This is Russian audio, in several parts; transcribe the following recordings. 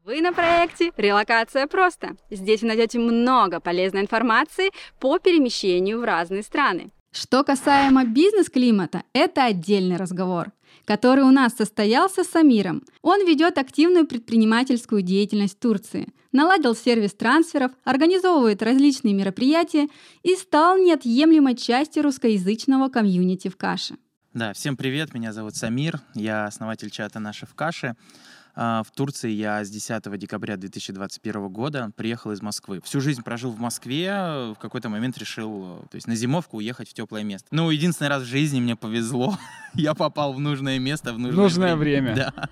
Вы на проекте «Релокация просто». Здесь вы найдете много полезной информации по перемещению в разные страны. Что касаемо бизнес-климата, это отдельный разговор, который у нас состоялся с Самиром. Он ведет активную предпринимательскую деятельность в Турции, наладил сервис трансферов, организовывает различные мероприятия и стал неотъемлемой частью русскоязычного комьюнити в Каше. Да, всем привет, меня зовут Самир, я основатель чата «Наши в Каше». В Турции я с 10 декабря 2021 года приехал из Москвы. Всю жизнь прожил в Москве, в какой-то момент решил, то есть на зимовку уехать в теплое место. Ну, единственный раз в жизни мне повезло, я попал в нужное место в нужное время. Да.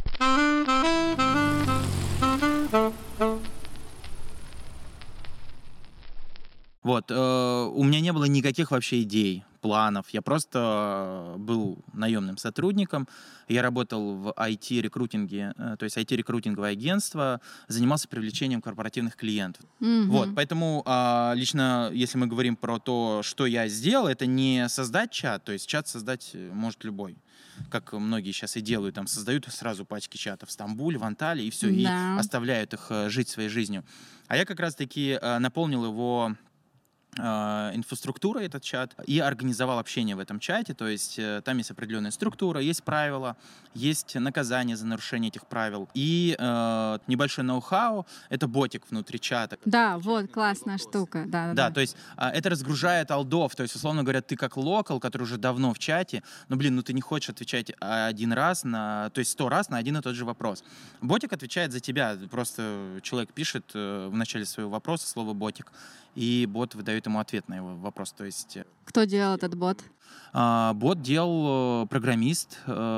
Вот, у меня не было никаких вообще идей, планов. Я просто был наемным сотрудником. Я работал в IT-рекрутинге, то есть IT-рекрутинговое агентство, занимался привлечением корпоративных клиентов. Вот, поэтому лично, если мы говорим про то, что я сделал, это не создать чат, то есть чат создать может любой. Как многие сейчас и делают, там создают сразу пачки чатов в Стамбуле, в Анталии, и все, и оставляют их жить своей жизнью. А я как раз-таки наполнил его инфраструктура, этот чат, и организовал общение в этом чате, то есть там есть определенная структура, есть правила, есть наказание за нарушение этих правил, и небольшой ноу-хау, это ботик внутри чата. Да, вот, классная штука. Да, то есть это разгружает олдов, то есть, условно говоря, ты как локал, который уже давно в чате, но, ты не хочешь отвечать один раз, то есть 100 раз на один и тот же вопрос. Ботик отвечает за тебя, просто человек пишет в начале своего вопроса слово «ботик», и бот выдает ему ответ на его вопрос. То есть... Кто делал этот бот? Бот делал программист,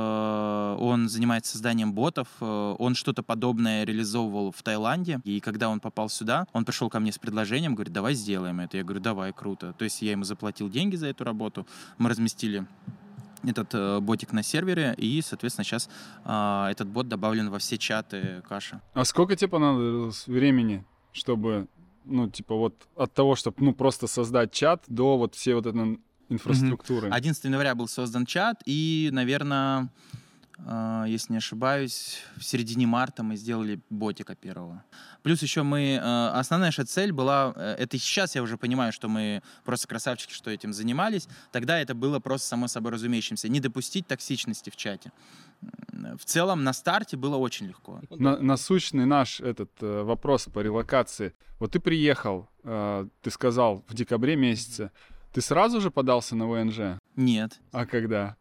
он занимается созданием ботов, он что-то подобное реализовывал в Таиланде, и когда он попал сюда, он пришел ко мне с предложением, говорит, давай сделаем это. Я говорю, давай, круто. То есть я ему заплатил деньги за эту работу, мы разместили этот ботик на сервере, и, соответственно, сейчас этот бот добавлен во все чаты Каши. А сколько тебе понадобилось времени, чтобы... от того, чтобы, просто создать чат, до вот всей вот этой инфраструктуры? 11 января был создан чат, и, наверное, если не ошибаюсь, в середине марта мы сделали ботика первого. Плюс еще основная наша цель была, это сейчас я уже понимаю, что мы просто красавчики, что этим занимались, тогда это было просто само собой разумеющимся, не допустить токсичности в чате. В целом на старте было очень легко. Насущный наш вопрос по релокации. Вот ты приехал, ты сказал, в декабре месяце. Ты сразу же подался на ВНЖ? Нет. А когда?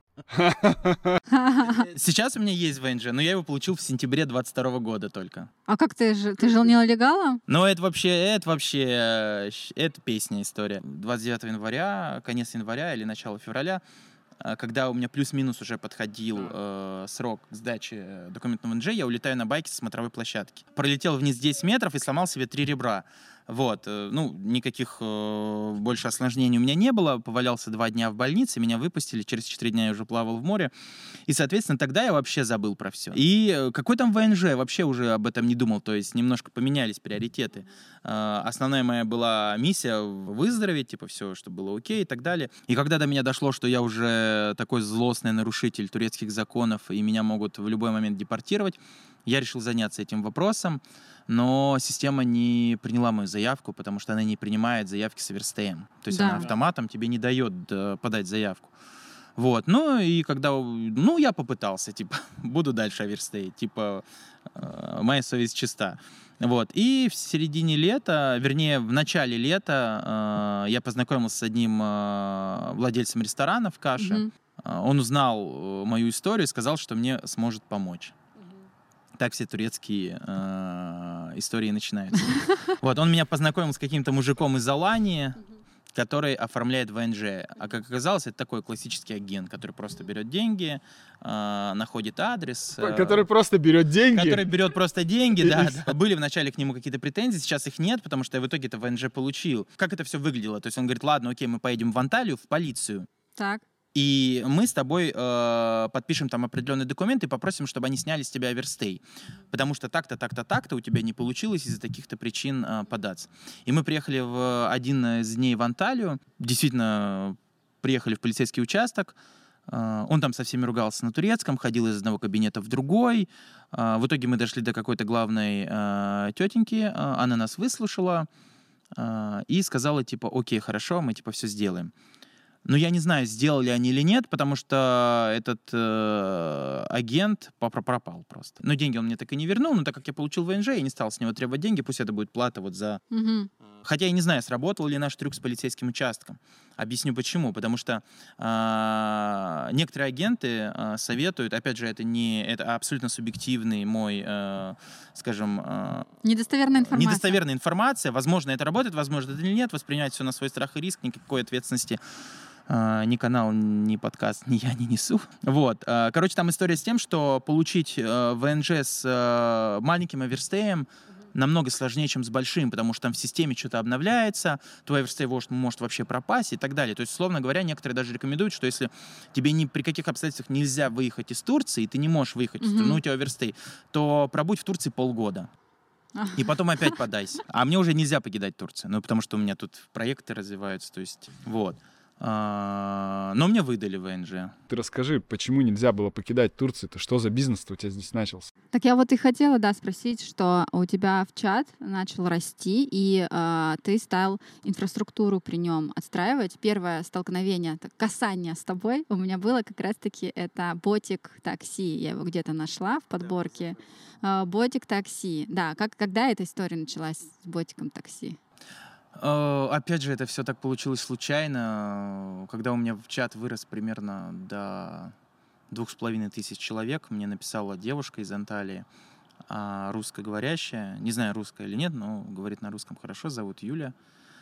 Сейчас у меня есть ВНЖ, но я его получил в сентябре 22 года только. А как ты жил нелегалом? Ну, это песня история. 29 января, конец января или начало февраля, когда у меня плюс-минус уже подходил срок сдачи документов в ВНЖ, я улетаю на байке со смотровой площадки. Пролетел вниз 10 метров и сломал себе 3 ребра. Вот, никаких больше осложнений у меня не было. Повалялся 2 дня в больнице, меня выпустили, через 4 дня я уже плавал в море. И, соответственно, тогда я вообще забыл про все. И какой там ВНЖ, вообще уже об этом не думал, то есть немножко поменялись приоритеты. Основная моя была миссия выздороветь, все, чтобы было окей и так далее. И когда до меня дошло, что я уже такой злостный нарушитель турецких законов, и меня могут в любой момент депортировать, я решил заняться этим вопросом, но система не приняла мою заявку, потому что она не принимает заявки с Оверстеем. То есть она автоматом тебе не дает подать заявку. Вот, и когда, я попытался, буду дальше оверстей, моя совесть чиста. Вот, и в середине лета, вернее, в начале лета я познакомился с одним владельцем ресторана в Каше. Он узнал мою историю и сказал, что мне сможет помочь. Так все турецкие истории начинаются. Вот, он меня познакомил с каким-то мужиком из Алании, который оформляет ВНЖ. А как оказалось, это такой классический агент, который просто берет деньги, находит адрес. Который просто берет деньги? Который берет просто деньги, да. Были вначале к нему какие-то претензии, сейчас их нет, потому что я в итоге это ВНЖ получил. Как это все выглядело? То есть он говорит, ладно, окей, мы поедем в Анталию, в полицию. Так. И мы с тобой подпишем там определенные документы и попросим, чтобы они сняли с тебя оверстей. Потому что так-то, так-то, так-то у тебя не получилось из-за таких-то причин податься. И мы приехали в один из дней в Анталию. Действительно, приехали в полицейский участок. Он там со всеми ругался на турецком, ходил из одного кабинета в другой. В итоге мы дошли до какой-то главной тетеньки, она нас выслушала и сказала, типа, окей, хорошо, мы, типа, все сделаем. Но я не знаю, сделали они или нет, потому что этот агент пропал просто. Но деньги он мне так и не вернул, но так как я получил ВНЖ, я не стал с него требовать деньги, пусть это будет плата вот за... Хотя я не знаю, сработал ли наш трюк с полицейским участком. Объясню почему. Потому что некоторые агенты советуют, опять же, это абсолютно субъективный мой, скажем... Недостоверная информация. Недостоверная информация. Возможно, это работает, возможно, это нет. Воспринять все на свой страх и риск, никакой ответственности ни канал, ни подкаст, ни я не несу. Вот. Короче, там история с тем, что получить ВНЖ с маленьким оверстеем намного сложнее, чем с большим, потому что там в системе что-то обновляется, твой оверстей может вообще пропасть и так далее. То есть, условно говоря, некоторые даже рекомендуют, что если тебе ни при каких обстоятельствах нельзя выехать из Турции, и ты не можешь выехать из страны, у тебя оверстей, то пробудь в Турции полгода. И потом опять подайся. А мне уже нельзя покидать Турцию, потому что у меня тут проекты развиваются, то есть, вот. Но мне выдали ВНЖ. Ты расскажи, почему нельзя было покидать Турцию-то? Что за бизнес у тебя здесь начался? Так я вот и хотела, спросить, что у тебя в чат начал расти, и ты стал инфраструктуру при нем отстраивать. Первое столкновение, касание с тобой у меня было как раз-таки это ботик такси. Я его где-то нашла в подборке. Ботик такси. Да, когда эта история началась с ботиком такси? Опять же, это все так получилось случайно. Когда у меня в чат вырос примерно до 2500 человек, мне написала девушка из Анталии, русскоговорящая, не знаю, русская или нет, но говорит на русском хорошо, зовут Юля.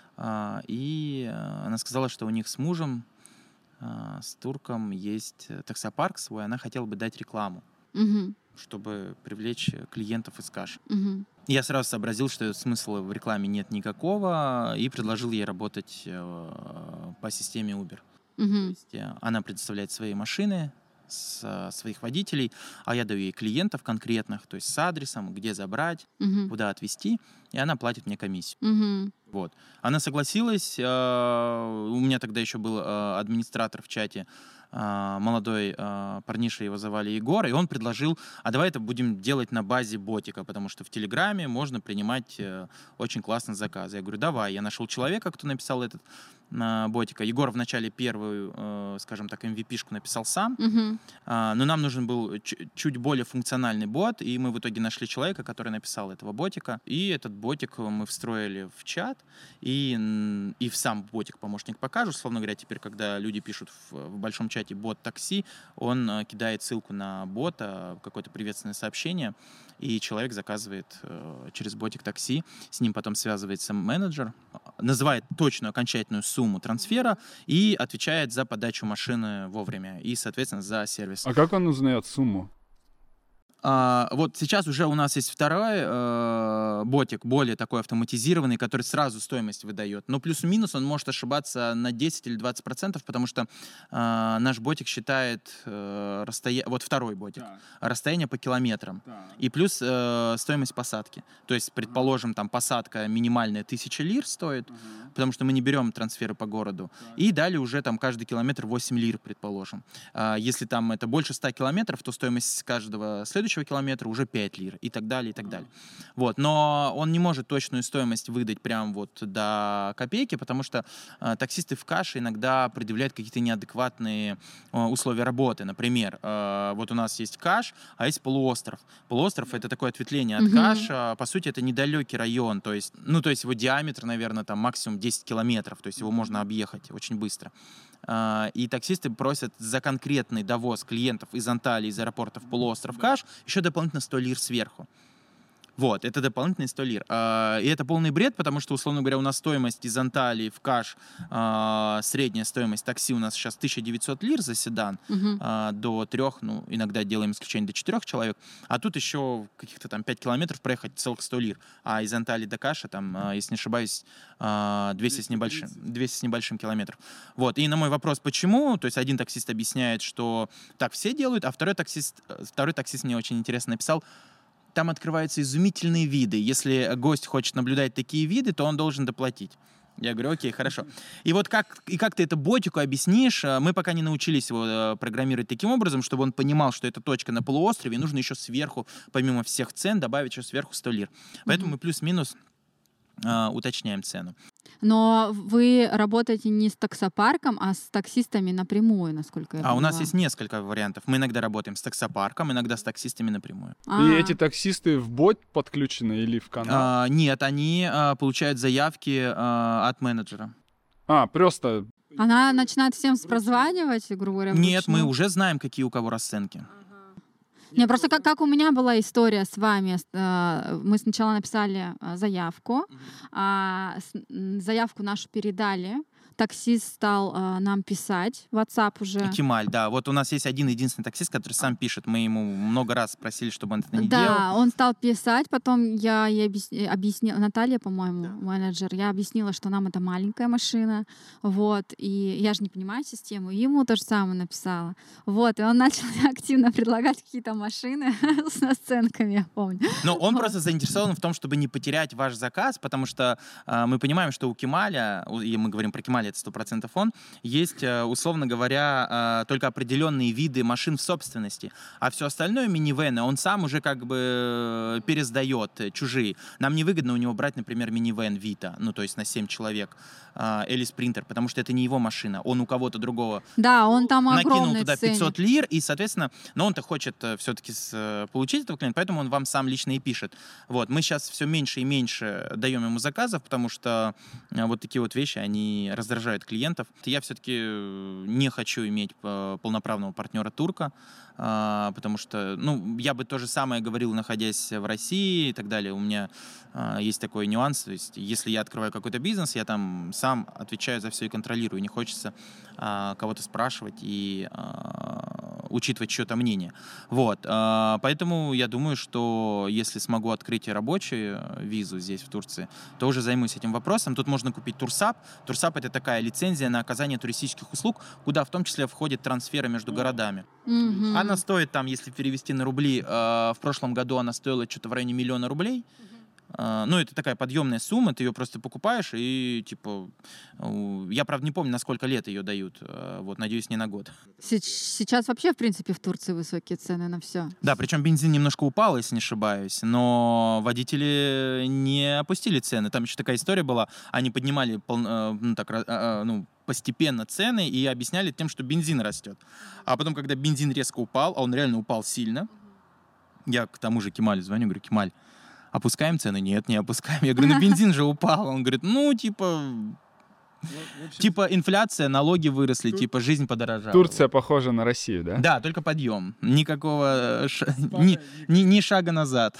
И она сказала, что у них с мужем, с турком, есть таксопарк свой, она хотела бы дать рекламу, чтобы привлечь клиентов из Каш. Я сразу сообразил, что смысла в рекламе нет никакого, и предложил ей работать по системе Uber. То есть она предоставляет свои машины, своих водителей, а я даю ей клиентов конкретных, то есть с адресом, где забрать, куда отвезти, и она платит мне комиссию. Вот. Она согласилась, у меня тогда еще был администратор в чате, молодой парниша, его звали Егор, и он предложил, а давай это будем делать на базе ботика, потому что в Телеграме можно принимать очень классные заказы. Я говорю, давай. Я нашел человека, кто написал этот ботика. Егор вначале первую, скажем так, MVP-шку написал сам, но нам нужен был чуть более функциональный бот, и мы в итоге нашли человека, который написал этого ботика, и этот ботик мы встроили в чат, и в сам ботик помощник покажу. Условно говоря, теперь, когда люди пишут в большом чате бот такси, он кидает ссылку на бота, какое-то приветственное сообщение, и человек заказывает через ботик такси, с ним потом связывается менеджер, называет точную окончательную сумму трансфера и отвечает за подачу машины вовремя и, соответственно, за сервис. А как он узнает сумму? Вот сейчас уже у нас есть второй ботик, более такой автоматизированный, который сразу стоимость выдает. Но плюс-минус он может ошибаться на 10 или 20%, потому что наш ботик считает вот второй ботик, расстояние по километрам. И плюс стоимость посадки. То есть, предположим, там посадка минимальная 1000 лир стоит, потому что мы не берем трансферы по городу. И далее уже там каждый километр 8 лир, предположим. Если там это больше 100 километров, то стоимость каждого следующего километра уже 5 лир и так далее, и так далее. Вот. Но он не может точную стоимость выдать прям вот до копейки, потому что таксисты в Каше иногда предъявляют какие-то неадекватные условия работы. Например, вот у нас есть Каш, а есть полуостров. Полуостров — это такое ответвление от Каша. По сути, это недалекий район. То есть его диаметр, наверное, там максимум 10 километров. То есть его можно объехать очень быстро. И таксисты просят за конкретный довоз клиентов из Анталии, из аэропорта в полуостров Каш еще дополнительно 100 лир сверху. Вот, это дополнительные 100 лир. И это полный бред, потому что, условно говоря, у нас стоимость из Анталии в Каш, средняя стоимость такси у нас сейчас 1900 лир за седан, до 3, иногда делаем исключение, до 4 человек, а тут еще каких-то там 5 километров проехать целых 100 лир, а из Анталии до Каша, там, если не ошибаюсь, 200 с небольшим километров. Вот, и на мой вопрос, почему, то есть один таксист объясняет, что так все делают, а второй таксист мне очень интересно написал, там открываются изумительные виды. Если гость хочет наблюдать такие виды, то он должен доплатить. Я говорю, окей, хорошо. И вот как ты это ботику объяснишь? Мы пока не научились его программировать таким образом, чтобы он понимал, что это точка на полуострове, и нужно еще сверху, помимо всех цен, добавить еще сверху 100 лир. Поэтому мы плюс-минус уточняем цену. Но вы работаете не с таксопарком, а с таксистами напрямую, насколько я поняла. У нас есть несколько вариантов. Мы иногда работаем с таксопарком, иногда с таксистами напрямую. И эти таксисты в бот подключены или в канал? Нет, они получают заявки от менеджера. Просто... Она начинает всем прозванивать, грубо говоря? Нет, мы уже знаем, какие у кого расценки. Не, просто как у меня была история с вами. Мы сначала написали заявку, заявку нашу передали, таксист стал нам писать в WhatsApp уже. Кемаль, да. Вот у нас есть один-единственный таксист, который сам пишет. Мы ему много раз просили, чтобы он это не делал. Да, он стал писать, потом я ей объяснила, Наталья, по-моему, менеджер, я объяснила, что нам это маленькая машина, вот, и я же не понимаю систему, и ему то же самое написала. Вот, и он начал активно предлагать какие-то машины с наценками, я помню. Но он просто заинтересован в том, чтобы не потерять ваш заказ, потому что мы понимаем, что у Кемаля, и мы говорим про Кемаля, это 100% он, есть, условно говоря, только определенные виды машин в собственности, а все остальное минивены он сам уже как бы пересдает чужие. Нам невыгодно у него брать, например, минивэн Vita, ну то есть на 7 человек, или Спринтер, потому что это не его машина, он у кого-то другого он там накинул туда 500 лир, и, соответственно, но он-то хочет все-таки получить этого клиента, поэтому он вам сам лично и пишет. Вот, мы сейчас все меньше и меньше даем ему заказов, потому что вот такие вот вещи, они раздражают клиентов. Я все-таки не хочу иметь полноправного партнера турка, потому что, я бы то же самое говорил, находясь в России и так далее. У меня есть такой нюанс, то есть если я открываю какой-то бизнес, я там сам отвечаю за все и контролирую, не хочется кого-то спрашивать и учитывать чье-то мнение. Вот, поэтому я думаю, что если смогу открыть и рабочую визу здесь, в Турции, то уже займусь этим вопросом. Тут можно купить Турсап. Турсап — это такая лицензия на оказание туристических услуг, куда в том числе входят трансферы между городами. Она стоит там, если перевести на рубли, в прошлом году она стоила что-то в районе 1 000 000 рублей. Это такая подъемная сумма, ты ее просто покупаешь и, я, правда, не помню, на сколько лет ее дают, вот, надеюсь, не на год. Сейчас вообще, в принципе, в Турции высокие цены на все. Да, причем бензин немножко упал, если не ошибаюсь, но водители не опустили цены. Там еще такая история была, они поднимали, постепенно цены и объясняли тем, что бензин растет. А потом, когда бензин резко упал, а он реально упал сильно, я к тому же Кемалю звоню, говорю: Кемаль, опускаем цены? Нет, не опускаем. Я говорю, бензин же упал. Он говорит, инфляция, налоги выросли, жизнь подорожала. Турция похожа на Россию, да? Да, только подъем. Никакого ни шага назад.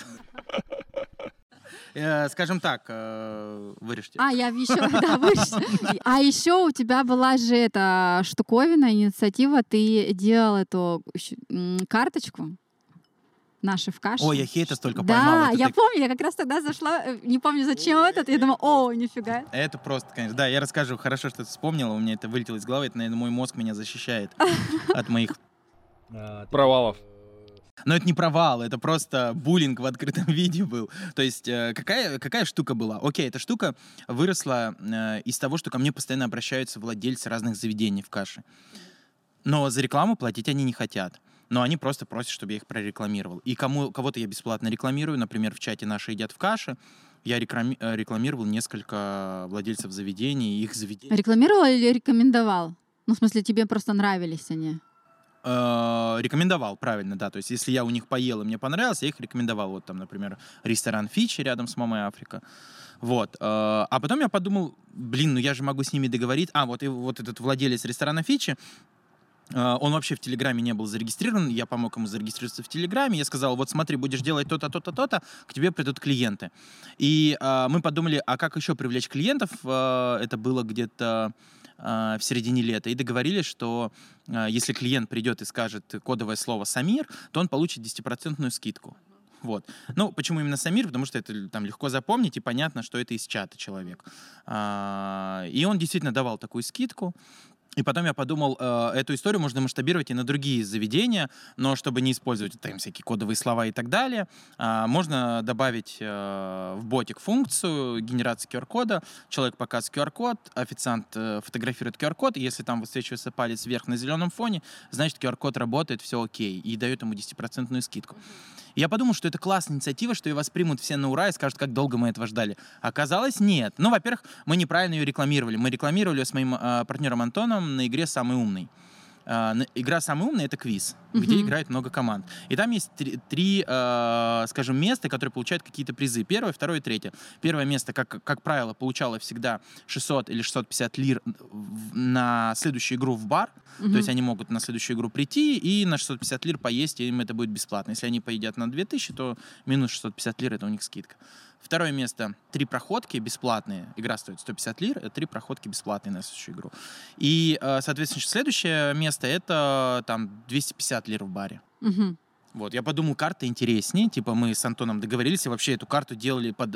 Скажем так, вырежьте. Я еще, вырежьте. А еще у тебя была же эта штуковина, инициатива, ты делал эту карточку. Наши в каше. Ой, я хейта столько поймал. Да, я помню, я как раз тогда зашла, не помню зачем этот, я думала, нифига. Это просто, конечно, да, я расскажу, хорошо, что ты вспомнила, у меня это вылетело из головы, это, наверное, мой мозг меня защищает от моих провалов. Но это не провал, это просто буллинг в открытом виде был. То есть какая штука была? Окей, эта штука выросла из того, что ко мне постоянно обращаются владельцы разных заведений в каше. Но за рекламу платить они не хотят. Но они просто просят, чтобы я их прорекламировал. И кого-то я бесплатно рекламирую. Например, в чате «Наши едят в каше» я рекламировал несколько владельцев заведений, их заведений. Рекламировал или рекомендовал? В смысле, тебе просто нравились они? Рекомендовал, правильно, да. То есть, если я у них поел и мне понравилось, я их рекомендовал. Вот там, например, ресторан Фичи рядом с Мамой Африка. Вот. А потом я подумал, я же могу с ними договориться. Вот этот владелец ресторана Фичи, он вообще в Телеграме не был зарегистрирован, я помог ему зарегистрироваться в Телеграме, я сказал, вот смотри, будешь делать то-то, то-то, то-то, к тебе придут клиенты. И мы подумали, а как еще привлечь клиентов, это было где-то в середине лета, и договорились, что если клиент придет и скажет кодовое слово «Самир», то он получит 10% скидку. Вот. Почему именно Самир? Потому что это там легко запомнить, и понятно, что это из чата человек. И он действительно давал такую скидку. И потом я подумал, эту историю можно масштабировать и на другие заведения, но чтобы не использовать там всякие кодовые слова и так далее, можно добавить в ботик функцию генерации QR-кода. Человек показывает QR-код, официант фотографирует QR-код, и если там высвечивается палец вверх на зеленом фоне, значит, QR-код работает, все окей, и дает ему 10% скидку. И я подумал, что это классная инициатива, что ее воспримут все на ура и скажут, как долго мы этого ждали. Оказалось, нет. Ну, во-первых, мы неправильно ее рекламировали. Мы рекламировали ее с моим партнером Антоном на игре «Самый умный». Игра «Самый умный» — это квиз, где играет много команд. И там есть три, скажем, места, которые получают какие-то призы. Первое, второе и третье. Первое место, как правило, получало всегда 600 или 650 лир на следующую игру в бар. То есть они могут на следующую игру прийти и на 650 лир поесть, и им это будет бесплатно. Если они поедят на 2000, то минус 650 лир — это у них скидка. Второе место — 3 проходки бесплатные. Игра стоит 150 лир, это 3 проходки бесплатные на следующую игру. И, соответственно, следующее место — это там 250 лир в баре. Вот, я подумал, карта интереснее, типа мы с Антоном договорились, и вообще эту карту делали под,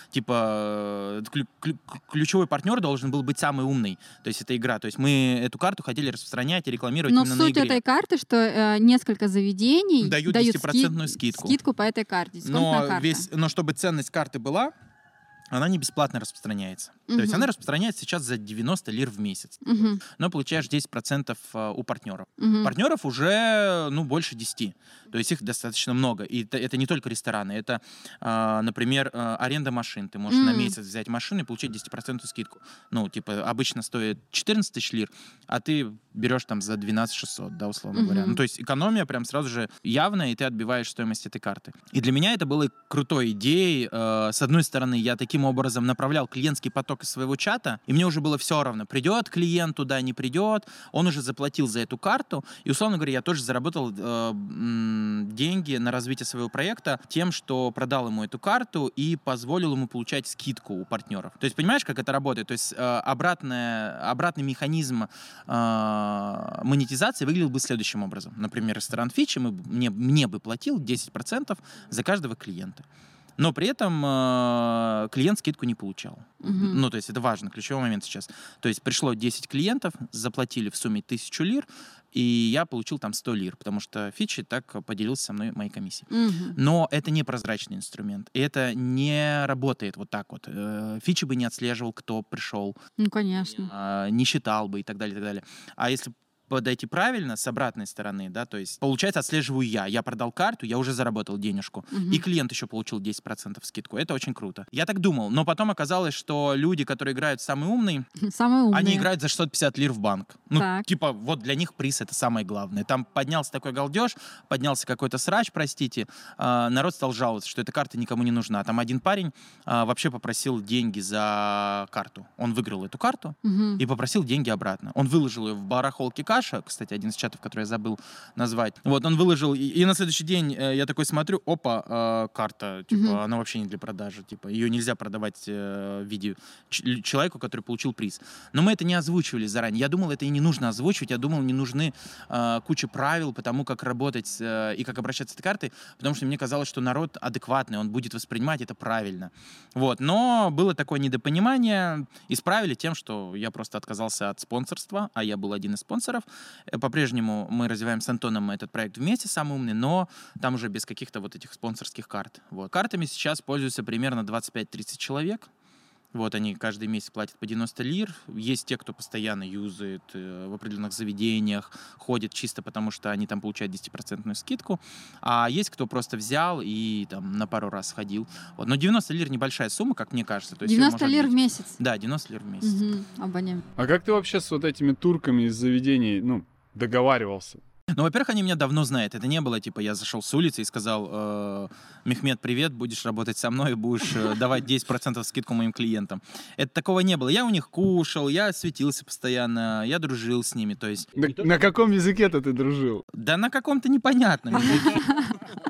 ключевой партнер должен был быть самый умный, то есть это игра, то есть мы эту карту хотели распространять и рекламировать Но именно на игре. суть этой карты, что несколько заведений дают 10% скидку по этой карте. Но чтобы ценность карты была, она не бесплатно распространяется. То есть она распространяется сейчас за 90 лир в месяц. Но получаешь 10% у партнеров. Партнеров уже, больше 10. То есть их достаточно много. И это не только рестораны. Это, например, аренда машин. Ты можешь на месяц взять машину и получить 10% скидку. Обычно стоит 14 тысяч лир, а ты берешь там за 12 600, да, условно говоря. То есть экономия прям сразу же явная, и ты отбиваешь стоимость этой карты. И для меня это было крутой идеей. С одной стороны, я таким образом направлял клиентский поток из своего чата, и мне уже было все равно, придет клиент туда, не придет, он уже заплатил за эту карту, и, условно говоря, я тоже заработал деньги на развитие своего проекта тем, что продал ему эту карту и позволил ему получать скидку у партнеров. То есть, понимаешь, как это работает? То есть обратный механизм монетизации выглядел бы следующим образом. Например, ресторан Фичи мне бы платил 10% за каждого клиента. Но при этом клиент скидку не получал. То есть это важно, ключевой момент сейчас. То есть пришло 10 клиентов, заплатили в сумме 1000 лир, и я получил там 100 лир, потому что Фичи так поделился со мной моей комиссией. Но это не прозрачный инструмент, и это не работает вот так вот. Фичи бы не отслеживал, кто пришел. Ну, конечно. Не считал бы и так далее, и так далее. А если подойти правильно с обратной стороны, да, то есть, получается, отслеживаю я продал карту, я уже заработал денежку, и клиент еще получил 10% скидку. Это очень круто. Я так думал, но потом оказалось, что люди, которые играют в «Самый умный», они играют за 650 лир в банк. Вот для них приз — это самое главное. Там поднялся такой галдеж, поднялся какой-то срач, простите, народ стал жаловаться, что эта карта никому не нужна. Там один парень вообще попросил деньги за карту. Он выиграл эту карту и попросил деньги обратно. Он выложил ее в барахолке Каша, кстати, один из чатов, который я забыл назвать. Вот, он выложил, и на следующий день я такой смотрю, карта, она вообще не для продажи, ее нельзя продавать в виде человеку, который получил приз. Но мы это не озвучивали заранее. Я думал, это и не нужно озвучивать, я думал, не нужны куча правил по тому, как работать и как обращаться с этой картой, потому что мне казалось, что народ адекватный, он будет воспринимать это правильно. Вот, но было такое недопонимание, исправили тем, что я просто отказался от спонсорства, а я был один из спонсоров. По-прежнему мы развиваем с Антоном этот проект вместе, «Самый умный», но там уже без каких-то вот этих спонсорских карт. Вот. Картами сейчас пользуются примерно 25-30 человек. Вот, они каждый месяц платят по 90 лир. Есть те, кто постоянно юзает в определенных заведениях, ходит чисто потому, что они там получают 10% скидку. А есть, кто просто взял и там на пару раз сходил. Вот. Но 90 лир небольшая сумма, как мне кажется. То есть 90 лир в месяц? Да, 90 лир в месяц. Абонент. А как ты вообще с вот этими турками из заведений, договаривался? Во-первых, они меня давно знают. Это не было, я зашел с улицы и сказал: Мехмед, привет, будешь работать со мной и будешь давать 10% скидку моим клиентам. Это такого не было. Я у них кушал, я светился постоянно, я дружил с ними. То есть... На каком языке-то ты дружил? Да на каком-то непонятном языке.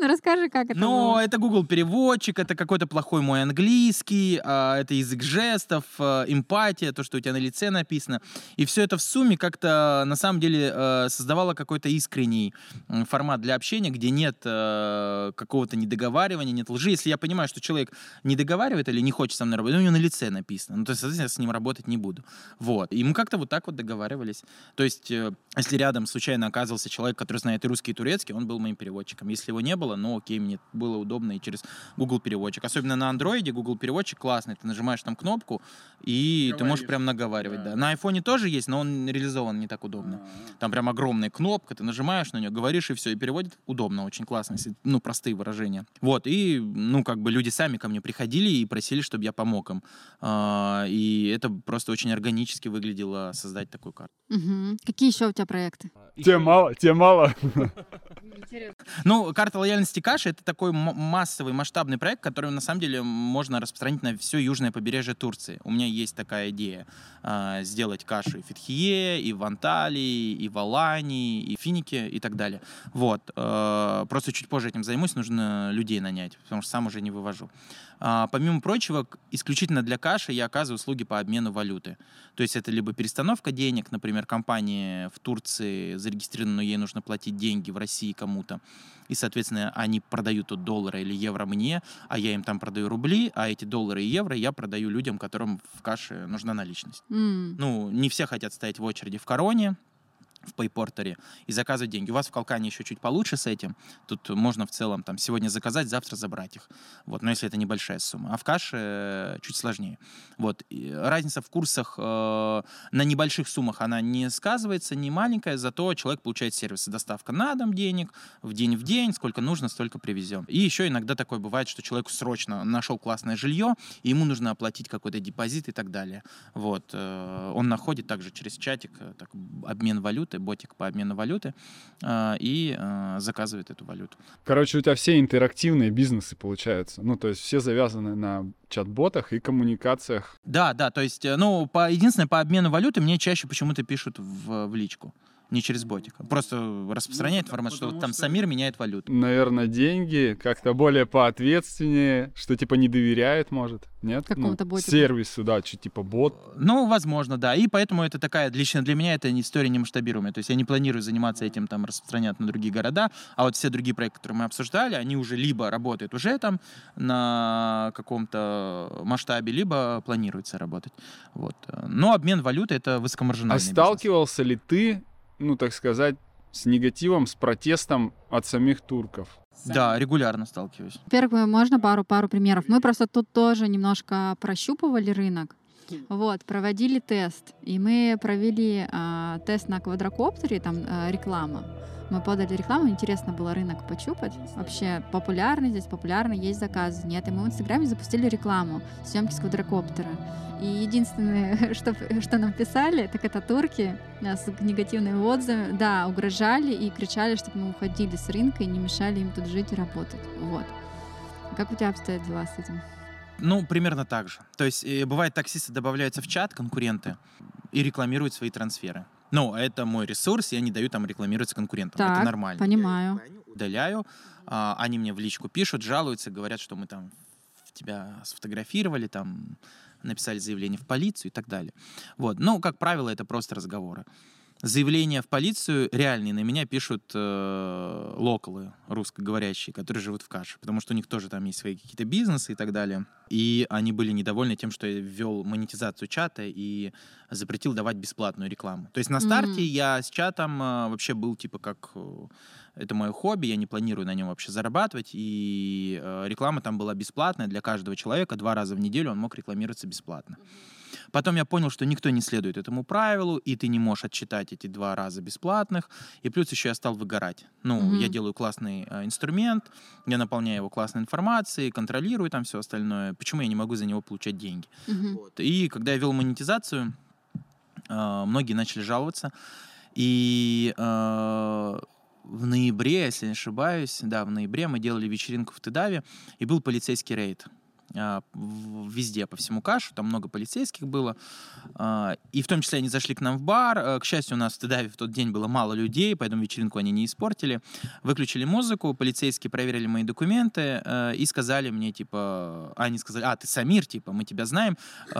Ну, расскажи, как это Но было. это Google переводчик, это какой-то плохой мой английский, это язык жестов, эмпатия, то, что у тебя на лице написано. И все это в сумме как-то на самом деле создавало какой-то искренний формат для общения, где нет какого-то недоговаривания, нет лжи. Если я понимаю, что человек не договаривает или не хочет со мной работать, у него на лице написано. Ну, то есть, соответственно, я с ним работать не буду. Вот. И мы как-то вот так вот договаривались. То есть, если рядом случайно оказывался человек, который знает и русский, и турецкий, он был моим переводчиком. Если его не было, ну окей, мне было удобно и через Google переводчик. Особенно на андроиде Google переводчик классный. Ты нажимаешь там кнопку, и ты можешь прям наговаривать. Да. На айфоне тоже есть, но он реализован не так удобно. Там прям огромная кнопка, ты нажимаешь на нее, говоришь, и все, и переводит удобно, очень классно, если, ну, простые выражения. Вот, и, ну, как бы люди сами ко мне приходили и просили, чтобы я помог им. И это просто очень органически выглядело создать такую карту. Мгм. Какие еще у тебя проекты? Тебе мало. Ну, карта лояльности Каши — это такой массовый, масштабный проект, который, на самом деле, можно распространить на все южное побережье Турции. У меня есть такая идея сделать Кашу и в Фетхие, и в Анталии, и в Алании, и в Финике, и так далее. Вот. Просто чуть позже этим займусь, нужно людей нанять, потому что сам уже не вывожу. Помимо прочего, исключительно для Каши я оказываю услуги по обмену валюты. То есть это либо перестановка денег, например, компания в Турции зарегистрирована, но ей нужно платить деньги в России кому-то, и, соответственно, они продают тут доллары или евро мне, а я им там продаю рубли, а эти доллары и евро я продаю людям, которым в Каше нужна наличность. Ну, не все хотят стоять в очереди в Короне, в PayPorter и заказывать деньги. У вас в Калкане еще чуть получше с этим. Тут можно в целом там сегодня заказать, завтра забрать их. Вот, но если это небольшая сумма. А в Каше чуть сложнее. Вот. И разница в курсах на небольших суммах она не сказывается, не маленькая, зато человек получает сервисы. Доставка на дом денег, в день, сколько нужно, столько привезем. И еще иногда такое бывает, что человеку срочно нашел классное жилье, и ему нужно оплатить какой-то депозит и так далее. Вот. Он находит также через чатик так, обмен валюты, ботик по обмену валюты, и заказывает эту валюту. Короче, у тебя все интерактивные бизнесы получаются. Ну, то есть все завязаны на чат-ботах и коммуникациях. Да, то есть, ну, единственное, по обмену валюты мне чаще почему-то пишут в личку. Не через ботик. Просто распространяет информацию, что вот там Самир меняет валюту. Наверное, деньги как-то более поответственнее, что типа не доверяет, может, нет? Какому-то ботику. Сервису, да, что типа бот. Ну, возможно, да. И поэтому это такая, лично для меня, это история не масштабируемая. То есть я не планирую заниматься этим, там, распространять на другие города, а вот все другие проекты, которые мы обсуждали, они уже либо работают уже там на каком-то масштабе, либо планируется работать. Вот. Но обмен валюты — это высокомаржинальный бизнес. Сталкивался ли ты, ну, так сказать, с негативом, с протестом от самих турков? Да, регулярно сталкиваюсь. Во-первых, можно пару примеров. Мы просто тут тоже немножко прощупывали рынок. Вот, проводили тест. И мы провели тест на квадрокоптере, там реклама. Мы подали рекламу, интересно было рынок почупать. Вообще популярный здесь, есть заказы, нет. И мы в Инстаграме запустили рекламу, съемки с квадрокоптера. И единственное, что нам писали, так это турки с негативными отзывами, да, угрожали и кричали, чтобы мы уходили с рынка и не мешали им тут жить и работать. Вот. Как у тебя обстоят дела с этим? Ну, примерно так же. То есть бывает, таксисты добавляются в чат, конкуренты, и рекламируют свои трансферы. Ну, это мой ресурс, я не даю там рекламироваться конкурентам. Так, это нормально. Понимаю. Удаляю, они мне в личку пишут, жалуются, говорят, что мы там тебя сфотографировали, там написали заявление в полицию и так далее. Вот. Ну, как правило, это просто разговоры. Заявления в полицию реальные на меня пишут локалы русскоговорящие, которые живут в Каше, потому что у них тоже там есть свои какие-то бизнесы и так далее. И они были недовольны тем, что я ввел монетизацию чата и запретил давать бесплатную рекламу. То есть на старте я с чатом вообще был типа как... Это мое хобби, я не планирую на нем вообще зарабатывать, и реклама там была бесплатная для каждого человека, 2 раза в неделю он мог рекламироваться бесплатно. Потом я понял, что никто не следует этому правилу, и ты не можешь отчитать эти 2 раза бесплатных. И плюс еще я стал выгорать. Ну, я делаю классный инструмент, я наполняю его классной информацией, контролирую там все остальное. Почему я не могу за него получать деньги? Вот. И когда я вел монетизацию, многие начали жаловаться. И в ноябре, если не ошибаюсь, да, в ноябре мы делали вечеринку в Тедаве, и был полицейский рейд. везде, по всему Кашу, там много полицейских было, и в том числе они зашли к нам в бар. К счастью, у нас в Тедаве в тот день было мало людей, поэтому вечеринку они не испортили. Выключили музыку, полицейские проверили мои документы и сказали мне, типа, они сказали, ты Самир, типа, мы тебя знаем,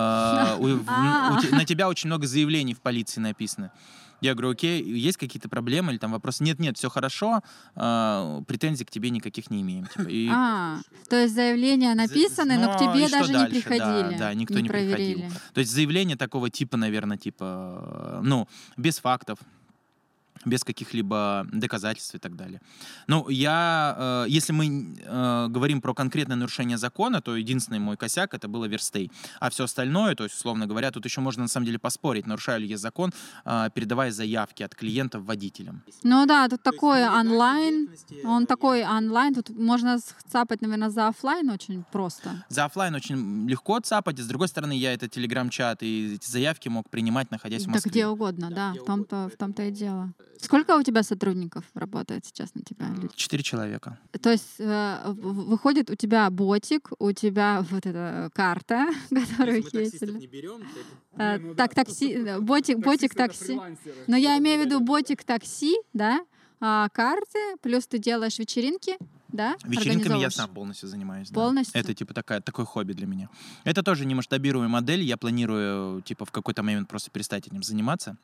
на тебя очень много заявлений в полиции написано. Я говорю, окей, есть какие-то проблемы или там вопросы? Нет, все хорошо, претензий к тебе никаких не имеем. Типа, то есть заявления написаны, но к тебе даже не приходили. Да, никто не приходил. То есть заявление такого типа, наверное, без фактов, без каких-либо доказательств и так далее. Если мы говорим про конкретное нарушение закона, то единственный мой косяк — это было верстей. А все остальное, то есть, условно говоря, тут еще можно на самом деле поспорить, нарушаю ли я закон, передавая заявки от клиентов водителям. Ну да, тут такой онлайн, тут можно цапать, наверное, за офлайн очень просто. За офлайн очень легко цапать, с другой стороны, я этот телеграм-чат и эти заявки мог принимать, находясь в Москве. Да где угодно, да, в том-то и дело. Сколько у тебя сотрудников работает сейчас на тебя? 4 человека. То есть выходит, у тебя ботик, у тебя вот эта карта, которую хейтили. Такси, ботик такси. Но я имею в виду ботик такси, да, карты, плюс ты делаешь вечеринки, да? Вечеринками я сам полностью занимаюсь. Полностью? Да. Это типа такое хобби для меня. Это тоже не масштабируемая модель. Я планирую типа в какой-то момент просто перестать этим заниматься.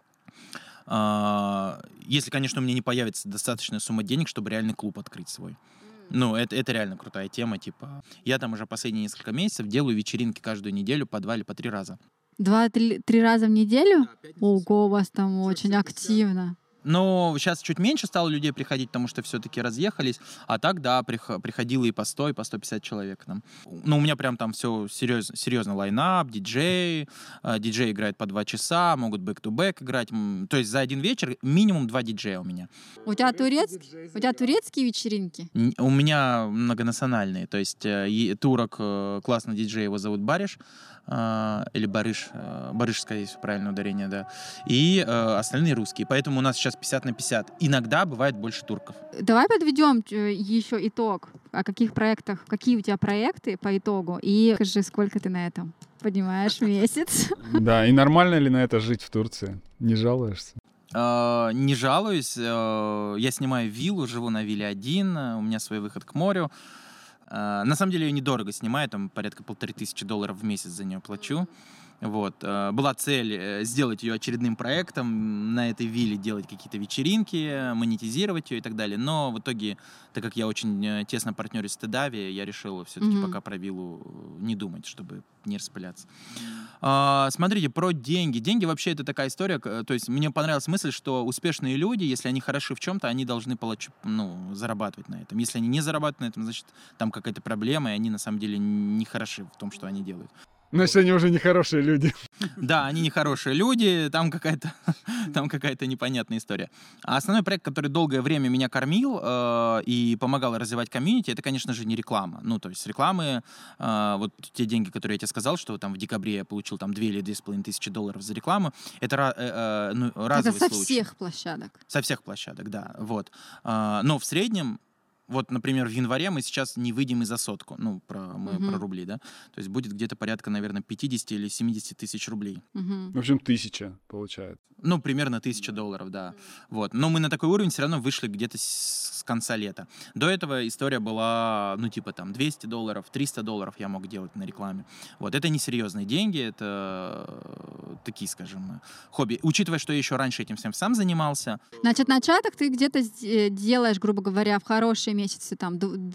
Если, конечно, у меня не появится достаточная сумма денег, чтобы реальный клуб открыть свой. Это реально крутая тема. Типа, я там уже последние несколько месяцев делаю вечеринки каждую неделю по 2 или по 3 раза. 2-3 раза в неделю? Ого, у вас там очень активно. Но сейчас чуть меньше стало людей приходить, потому что все-таки разъехались. А так, да, приходило и по 100, и по 150 человек. У меня прям там все серьезно. Лайнап, диджей играет по 2 часа, могут бэк-ту-бэк играть. То есть за один вечер минимум 2 диджея у меня. У тебя турецкие вечеринки? У меня многонациональные. То есть турок, классный диджей, его зовут Бариш. Или Барыш, скорее всего, правильное ударение, да. И остальные русские. Поэтому у нас сейчас 50/50. Иногда бывает больше турков. Давай подведем еще итог. О каких проектах, какие у тебя проекты по итогу? И скажи, сколько ты на этом поднимаешь в месяц? Да, и нормально ли на это жить в Турции? Не жалуешься? Не жалуюсь. Я снимаю виллу, живу на вилле один. У меня свой выход к морю. На самом деле ее недорого снимаю, там порядка $1500 в месяц за нее плачу. Вот. Была цель сделать ее очередным проектом, на этой вилле делать какие-то вечеринки, монетизировать ее и так далее. Но в итоге, так как я очень тесно партнерюсь с Тедави, я решил все-таки пока про виллу не думать, чтобы не распыляться. Смотрите, про деньги. Деньги вообще это такая история, то есть мне понравилась мысль, что успешные люди, если они хороши в чем-то, они должны зарабатывать на этом. Если они не зарабатывают на этом, значит, там какая-то проблема, и они на самом деле не хороши в том, что они делают. Значит, они уже нехорошие люди. Да, они нехорошие люди, там какая-то непонятная история. А основной проект, который долгое время меня кормил и помогал развивать комьюнити, это, конечно же, не реклама. То есть рекламы, вот те деньги, которые я тебе сказал, что там в декабре я получил там 2 или 2500 долларов за рекламу, это разовый случай. Это со всех площадок? Со всех площадок, да. Вот. Но в среднем, вот, например, в январе мы сейчас не выйдем и за 100. Мы про рубли, да? То есть будет где-то порядка, наверное, 50 или 70 тысяч рублей. В общем, 1000 получается. Примерно $1000, да. Вот. Но мы на такой уровень все равно вышли где-то с конца лета. До этого история была, $200, $300 я мог делать на рекламе. Вот. Это несерьезные деньги, это такие, скажем, хобби. Учитывая, что я еще раньше этим всем сам занимался. Значит, на чатах ты где-то делаешь, грубо говоря, в хорошие месяцы там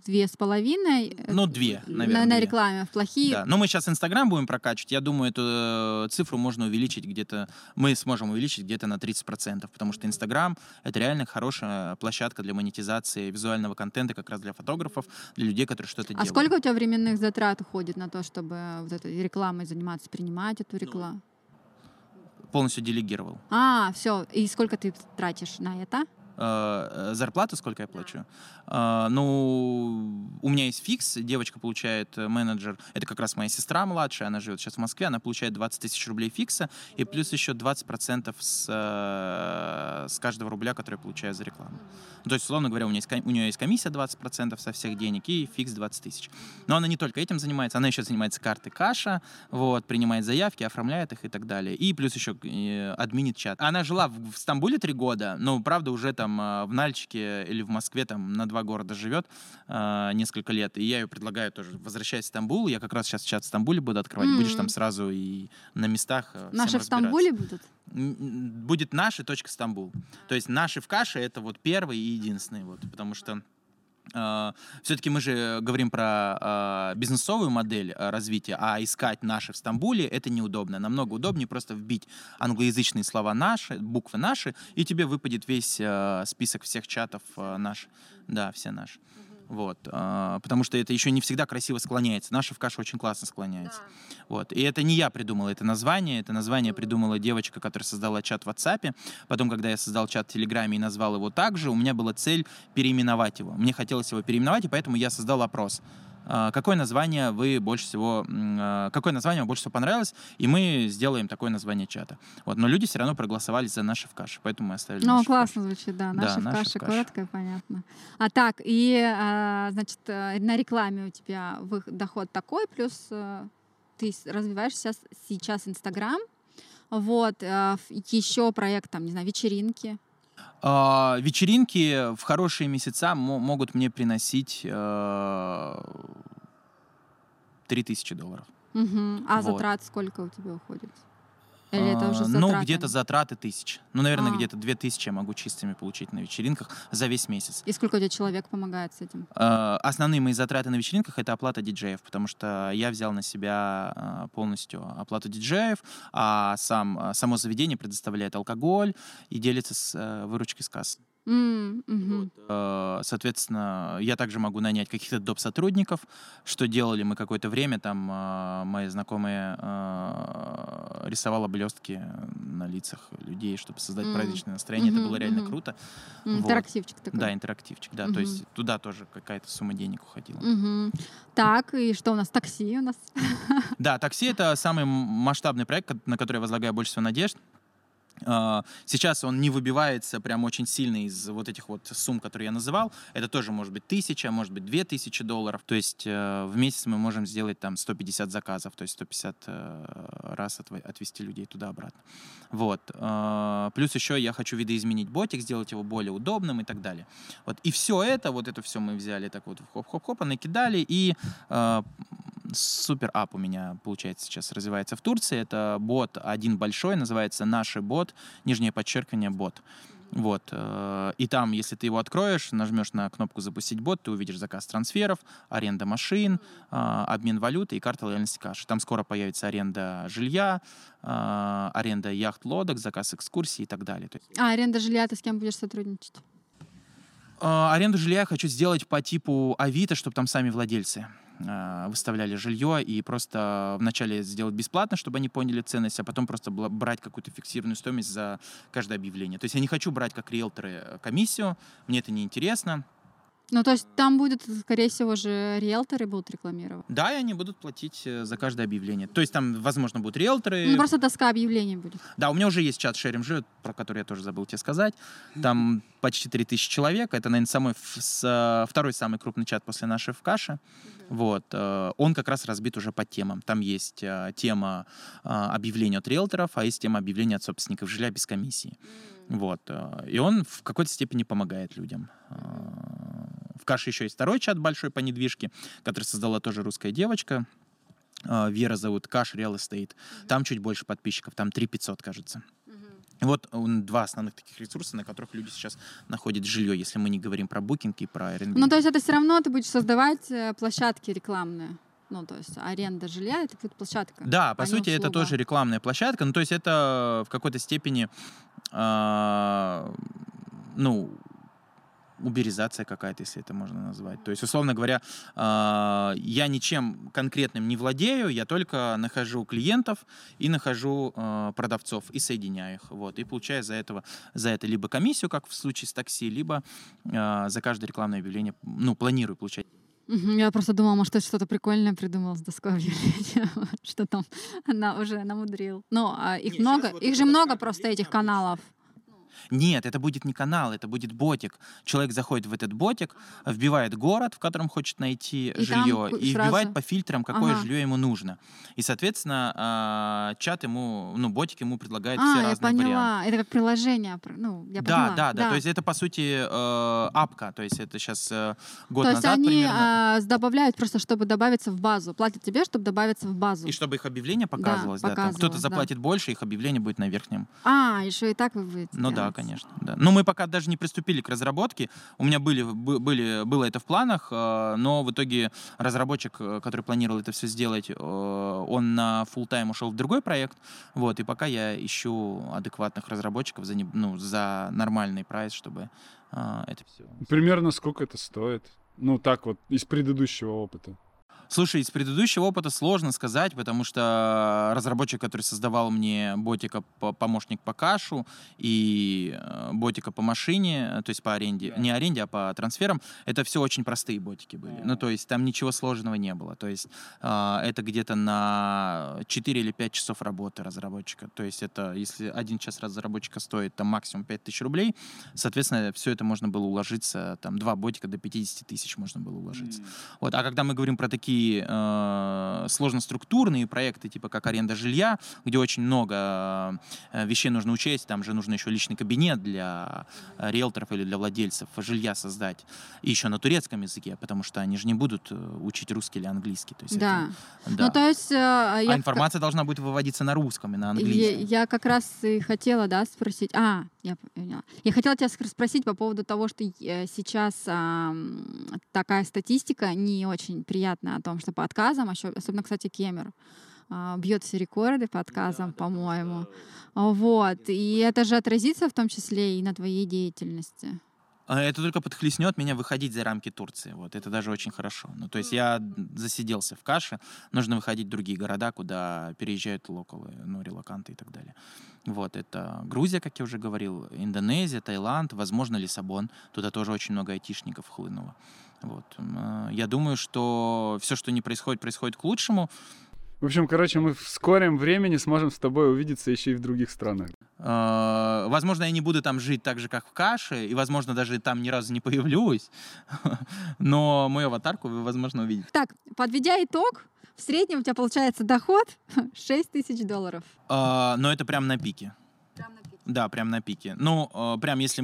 2,5. 2, наверное. На рекламе, в плохие. Да. Но мы сейчас Инстаграм будем прокачивать. Я думаю, эту цифру можно увеличить где-то, мы сможем увеличить где-то на 30%, потому что Инстаграм — это реально хорошая площадка для монетизации визуального контента как раз для фотографов, для людей, которые что-то делают. А сколько у тебя временных затрат уходит на то, чтобы вот этой рекламой заниматься, принимать эту рекламу? Полностью делегировал. Все. И сколько ты тратишь на это? зарплату, сколько я плачу? Ну, у меня есть фикс, девочка получает менеджер, это как раз моя сестра младшая, она живет сейчас в Москве, она получает 20 тысяч рублей фикса, и плюс еще 20% с каждого рубля, который я получаю за рекламу. То есть, условно говоря, у нее есть комиссия 20% со всех денег и фикс 20 тысяч. Но она не только этим занимается, она еще занимается картой каша, вот, принимает заявки, оформляет их и так далее. И плюс еще админит чат. Она жила в Стамбуле 3 года, но, правда, уже там в Нальчике или в Москве там на 2 города живет несколько лет. И я ее предлагаю тоже, возвращаясь в Стамбул, я как раз сейчас чат в Стамбуле буду открывать, будешь там сразу и на местах Наши в Стамбуле будут? Будет наши .Стамбул. То есть наши в каше — это вот первый и единственный, вот, потому что все-таки мы же говорим про бизнесовую модель развития, а искать наши в Стамбуле — это неудобно. Намного удобнее просто вбить англоязычные слова наши, буквы наши, и тебе выпадет весь список всех чатов наши. Да, все наши. Вот, потому что это еще не всегда красиво склоняется. Наши в кашу очень классно склоняется. Да. Вот. И это не я придумал это название придумала девочка, которая создала чат в WhatsApp. Потом, когда я создал чат в Телеграме и назвал его так же, у меня была цель переименовать его. Мне хотелось его переименовать, и поэтому я создал опрос. Какое название вам больше всего понравилось, и мы сделаем такое название чата. Вот. Но люди все равно проголосовали за «Наши в каше», поэтому мы оставили «Наши в каше». Классно звучит, да. «Наши в каше», коротко и понятно. А так, и, значит, на рекламе у тебя доход такой, плюс ты развиваешь сейчас Инстаграм, вот, еще проект, там, не знаю, вечеринки. Вечеринки в хорошие месяца могут мне приносить $3000. А затрат сколько у тебя уходит? Или это уже затраты? Ну, где-то затраты 1000. Ну, наверное, где-то 2000 я могу чистыми получить на вечеринках за весь месяц. И сколько у тебя человек помогает с этим? Основные мои затраты на вечеринках — это оплата диджеев, потому что я взял на себя полностью оплату диджеев, а само заведение предоставляет алкоголь и делится с выручкой с кассы. Вот. Соответственно, я также могу нанять каких-то доп-сотрудников, что делали мы какое-то время. Там мои знакомые рисовала блестки на лицах людей, чтобы создать праздничное настроение. Это было реально круто. Интерактивчик такой. Да, интерактивчик, да. То есть туда тоже какая-то сумма денег уходила. Так, и что у нас? Такси у нас? Да, такси — это самый масштабный проект, на который я возлагаю больше всего надежд. Сейчас он не выбивается прям очень сильно из вот этих вот сумм, которые я называл. Это тоже может быть 1000, может быть $2000. То есть в месяц мы можем сделать там 150 заказов, то есть 150 раз отвезти людей туда-обратно. Вот. Плюс еще я хочу видоизменить ботик, сделать его более удобным и так далее. Вот. И все это все мы взяли так вот хоп-хоп-хоп, накидали, и супер ап у меня, получается, сейчас развивается в Турции. Это бот один большой, называется «Наши бот», _ бот. Вот. И там, если ты его откроешь, нажмешь на кнопку «Запустить бот», ты увидишь заказ трансферов, аренда машин, обмен валюты и карта лояльности каши. Там скоро появится аренда жилья, аренда яхт-лодок, заказ экскурсий и так далее. Аренда жилья, ты с кем будешь сотрудничать? Аренду жилья я хочу сделать по типу Авито, чтобы там сами владельцы выставляли жилье, и просто вначале сделать бесплатно, чтобы они поняли ценность, а потом просто брать какую-то фиксированную стоимость за каждое объявление. То есть я не хочу брать как риэлторы комиссию, мне это неинтересно. Ну, то есть там будет, скорее всего, же риэлторы будут рекламировать? Да, и они будут платить за каждое объявление. То есть там, возможно, будут риэлторы. Ну, просто доска объявлений будет. Да, у меня уже есть чат Шерим Жи, про который я тоже забыл тебе сказать. Там почти 3000 человек. Это, наверное, второй самый крупный чат после «Нашей в каше». Вот. Он как раз разбит уже по темам. Там есть тема объявления от риэлторов, а есть тема объявления от собственников жилья без комиссии. Вот. И он в какой-то степени помогает людям. В каше еще есть второй чат большой по недвижке, который создала тоже русская девочка. Вера зовут, Каш Real Estate. Там чуть больше подписчиков, там 3500, кажется. Вот два основных таких ресурса, на которых люди сейчас находят жилье, если мы не говорим про Booking и про Airbnb. Ну, то есть это все равно ты будешь создавать площадки рекламные. Ну, то есть аренда жилья — это будет площадка. Да, по сути, это тоже рекламная площадка. Ну, то есть это в какой-то степени, уберизация какая-то, если это можно назвать. То есть, условно говоря, я ничем конкретным не владею, я только нахожу клиентов и нахожу продавцов и соединяю их. Вот, и получаю за это либо комиссию, как в случае с такси, либо за каждое рекламное объявление, планирую получать. Я просто думала, может, ты что-то прикольное придумал с доской объявлений, что там уже намудрил. Их много, их же много просто этих каналов. Нет, это будет не канал, это будет ботик. Человек заходит в этот ботик, вбивает город, в котором хочет найти жилье, и вбивает по фильтрам, какое жилье ему нужно. И, соответственно, чат ему, ботик ему предлагает все разные варианты. Я поняла. Это как приложение. Я поняла. Да. То есть это, по сути, апка. То есть это сейчас год назад примерно. То есть они добавляют просто, чтобы добавиться в базу. Платят тебе, чтобы добавиться в базу. И чтобы их объявление показывалось. Да, там кто-то заплатит больше, их объявление будет на верхнем. Еще и так вы будете Да, конечно. Да. Но мы пока даже не приступили к разработке. У меня было это в планах, но в итоге разработчик, который планировал это все сделать, он на фулл-тайм ушел в другой проект. Вот, и пока я ищу адекватных разработчиков за нормальный прайс, чтобы это все... Примерно сколько это стоит? Так вот, из предыдущего опыта. Слушай, из предыдущего опыта сложно сказать, потому что разработчик, который создавал мне ботика помощник по кашу и ботика по машине, то есть по аренде, не аренде, а по трансферам, это все очень простые ботики были. То есть там ничего сложного не было. То есть это где-то на 4 или 5 часов работы разработчика. То есть это, если 1 час разработчика стоит там максимум 5000 рублей, соответственно, все это можно было уложиться, там 2 ботика до 50 тысяч можно было уложиться. Вот. А когда мы говорим про такие сложноструктурные проекты, типа как аренда жилья, где очень много вещей нужно учесть, там же нужно еще личный кабинет для риэлторов или для владельцев жилья создать, и еще на турецком языке, потому что они же не будут учить русский или английский. То есть то есть... информация должна будет выводиться на русском и на английском. Я как раз и хотела, спросить... Я поняла. Я хотела тебя спросить по поводу того, что сейчас такая статистика не очень приятная о том, что по отказам, особенно, кстати, Кемер бьет все рекорды по отказам, по-моему. Вот. И это же отразится в том числе и на твоей деятельности. Это только подхлестнет меня выходить за рамки Турции. Вот. Это даже очень хорошо. То есть я засиделся в каше, нужно выходить в другие города, куда переезжают локалы, релоканты и так далее. Вот. Это Грузия, как я уже говорил, Индонезия, Таиланд, возможно, Лиссабон. Туда тоже очень много айтишников хлынуло. Вот. Я думаю, что все, что не происходит, происходит к лучшему. В общем, мы в скором времени сможем с тобой увидеться еще и в других странах. Возможно, я не буду там жить так же, как в каше, и, возможно, даже там ни разу не появлюсь, но мою аватарку вы, возможно, увидите. Так, подведя итог, в среднем у тебя получается доход $6000. Но это прям на пике. Да, прям на пике. Прям если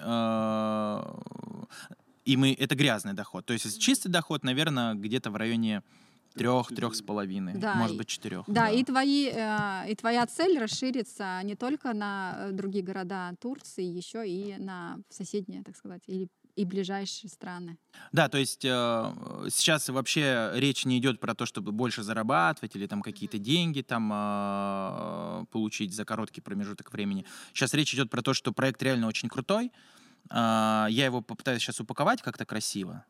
это грязный доход. То есть чистый доход, наверное, где-то в районе 3-3,5, может быть, 4. Да, и твоя цель расширится не только на другие города Турции, еще и на соседние, так сказать, и ближайшие страны. Да, то есть сейчас вообще речь не идет про то, чтобы больше зарабатывать или там какие-то деньги там получить за короткий промежуток времени. Сейчас речь идет про то, что проект реально очень крутой. Я его попытаюсь сейчас упаковать как-то красиво.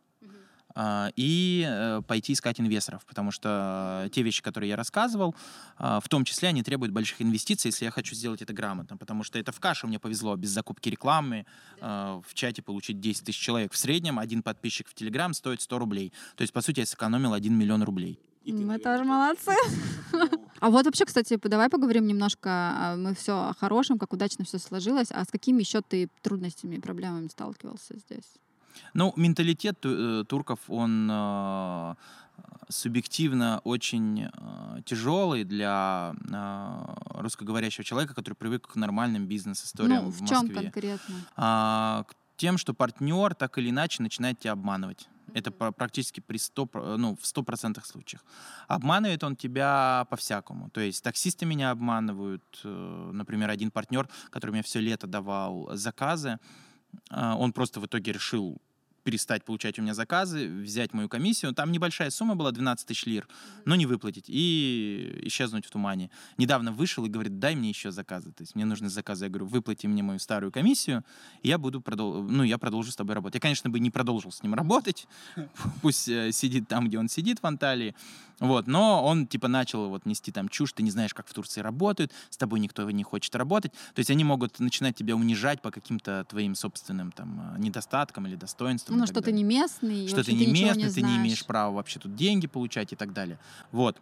И пойти искать инвесторов, потому что те вещи, которые я рассказывал, в том числе они требуют больших инвестиций, если я хочу сделать это грамотно, потому что это в каше мне повезло, без закупки рекламы, в чате получить 10 тысяч человек. В среднем один подписчик в Telegram стоит 100 рублей. То есть, по сути, я сэкономил 1 миллион рублей. Мы тоже молодцы. А вот вообще, кстати, давай поговорим немножко, мы все о хорошем, как удачно все сложилось, а с какими еще ты трудностями и проблемами сталкивался здесь? Менталитет турков, он субъективно очень тяжелый для русскоговорящего человека, который привык к нормальным бизнес-историям в Москве. В чем конкретно? Тем, что партнер так или иначе начинает тебя обманывать. Это практически в 100% случаях. Обманывает он тебя по-всякому. То есть таксисты меня обманывают. Например, один партнер, который мне все лето давал заказы, он просто в итоге решил перестать получать у меня заказы, взять мою комиссию. Там небольшая сумма была, 12 тысяч лир, но не выплатить и исчезнуть в тумане. Недавно вышел и говорит, дай мне еще заказы. То есть мне нужны заказы. Я говорю, выплати мне мою старую комиссию, и я буду я продолжу с тобой работать. Я, конечно, бы не продолжил с ним работать. Пусть сидит там, где он сидит, в Анталии. Вот, но он типа начал вот нести там чушь, ты не знаешь, как в Турции работают, с тобой никто не хочет работать. То есть они могут начинать тебя унижать по каким-то твоим собственным там недостаткам или достоинствам. Ну, что ты не местный, что ты не местный, ты не имеешь права вообще тут деньги получать и так далее. Вот.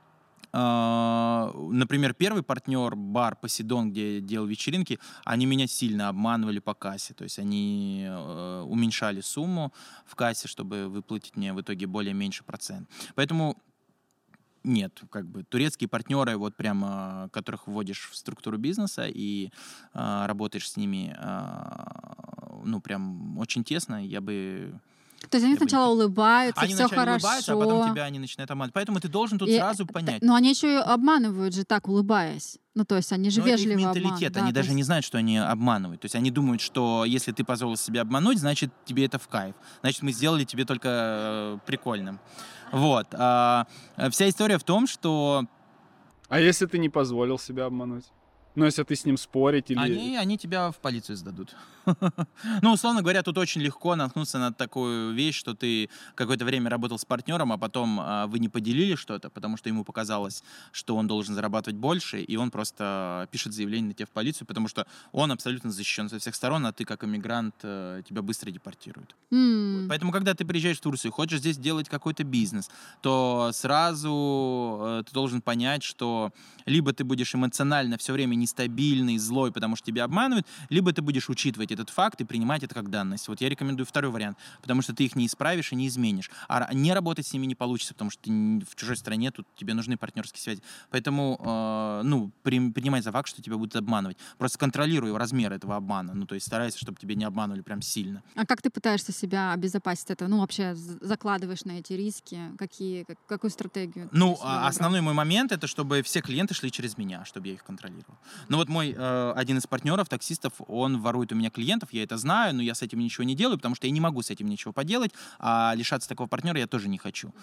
Например, первый партнер, бар Посейдон, где я делал вечеринки, они меня сильно обманывали по кассе. То есть они уменьшали сумму в кассе, чтобы выплатить мне в итоге более меньше процент. Поэтому нет, как бы турецкие партнеры, вот прямо, которых вводишь в структуру бизнеса и работаешь с ними, ну, прям очень тесно, я бы... То есть они сначала улыбаются, они все хорошо. улыбаются, а потом тебя они начинают обманывать. Поэтому ты должен тут сразу понять. Но они еще и обманывают же так, улыбаясь. Ну, то есть они же вежливо обманывают. Это их менталитет, они даже не знают, что они обманывают. То есть они думают, что если ты позволил себя обмануть, значит, тебе это в кайф. Значит, мы сделали тебе только прикольным. Вот. Вся история в том, что... А если ты не позволил себя обмануть? Ну, если ты с ним спорить или... Они тебя в полицию сдадут. Ну, условно говоря, тут очень легко наткнуться на такую вещь, что ты какое-то время работал с партнером, а потом вы не поделили что-то, потому что ему показалось, что он должен зарабатывать больше, и он просто пишет заявление на тебя в полицию, потому что он абсолютно защищен со всех сторон, а ты как иммигрант, тебя быстро депортируют. Поэтому, когда ты приезжаешь в Турцию и хочешь здесь делать какой-то бизнес, то сразу ты должен понять, что либо ты будешь эмоционально все время нестабильный, злой, потому что тебя обманывают, либо ты будешь учитывать этот факт и принимать это как данность. Вот я рекомендую второй вариант, потому что ты их не исправишь и не изменишь. А не работать с ними не получится, потому что ты в чужой стране, тут тебе нужны партнерские связи. Поэтому, принимай за факт, что тебя будут обманывать. Просто контролируй размер этого обмана. Ну, то есть старайся, чтобы тебя не обманывали прям сильно. А как ты пытаешься себя обезопасить от этого? Ну, вообще закладываешь на эти риски? Какую стратегию? Ну, основной мой момент — это чтобы все клиенты шли через меня, чтобы я их контролировал. Ну, вот мой один из партнеров, таксистов, он ворует у меня клиентов, я это знаю, но я с этим ничего не делаю, потому что я не могу с этим ничего поделать, а лишаться такого партнера я тоже не хочу.